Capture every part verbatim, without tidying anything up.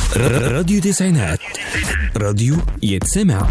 راديو تسعينات، راديو يتسمع.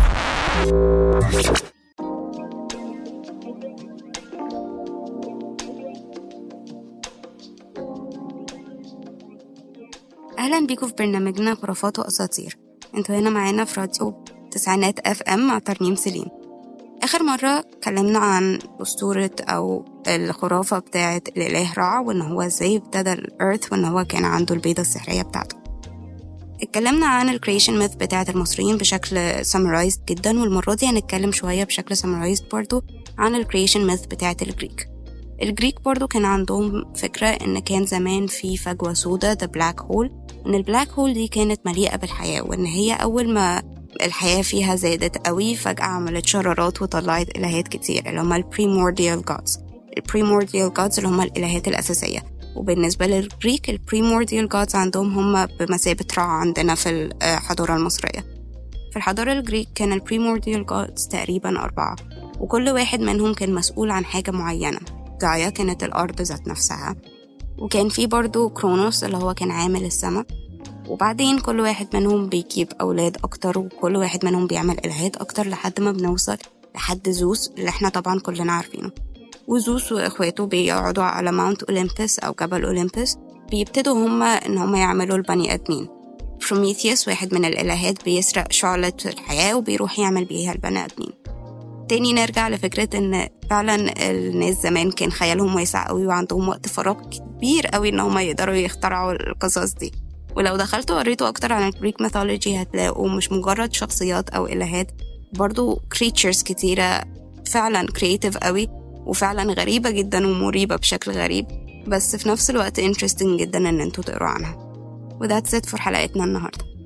أهلا بيكم في برنامجنا خرافات وأساطير. انتوا هنا معانا في راديو تسعينات اف ام مع ترنيم سليم. آخر مرة كلمنا عن أسطورة أو الخرافة بتاعة الإله رع، وإن هو ازاي ابتدى الأرث وإن هو كان عنده البيضة السحرية بتاعته. اتكلمنا عن الكريشن ميث بتاعة المصريين بشكل سامرايزد جدا، والمرة دي هنتكلم شوية بشكل سامرايزد برضو عن الكريشن ميث بتاعة الجريك. الجريك برضو كان عندهم فكرة إن كان زمان في فجوة سودة the black hole، إن البلاك هول دي كانت مليئة بالحياة، وإن هي أول ما الحياة فيها زادت قوي فجأة عملت شرارات وطلعت إلهات كتير اللي هما البريمورديال جودز. البريمورديال جودز اللي هما الإلهات الأساسية. وبالنسبة للجريك البريمورديال جودز عندهم هما بمثابة رع عندنا في الحضارة المصرية. في الحضارة الجريك كان البريمورديال جودز تقريبا أربعة، وكل واحد منهم كان مسؤول عن حاجة معينة. جايا كانت الأرض ذات نفسها، وكان في برضو كرونوس اللي هو كان عامل السماء، وبعدين كل واحد منهم بيجيب أولاد أكتر، وكل واحد منهم بيعمل إلهات أكتر لحد ما بنوصل لحد زوس اللي احنا طبعا كلنا عارفينه. وزوس وإخواته بيقعدوا على ماونت أوليمبس أو جبل أوليمبس، بيبتدوا هما إن هما يعملوا البني آدمين. بروميثيوس واحد من الإلهات بيسرق شعلة الحياة وبيروح يعمل بيها البني آدمين. تاني نرجع لفكرة إن فعلا الناس زمان كان خيالهم واسع قوي وعندهم وقت فراغ كبير قوي إن هما يقدروا يخترعوا القصص دي. ولو دخلتوا وقريتوا أكتر عن الجريك ميثولوجي هتلاقوا مش مجرد شخصيات أو إلهات، برضو creatures كتيرة فعلا creative قوي وفعلا غريبة جدا ومريبة بشكل غريب، بس في نفس الوقت interesting جدا إن انتوا تقروا عنها. وذاتس it for حلقتنا النهاردة.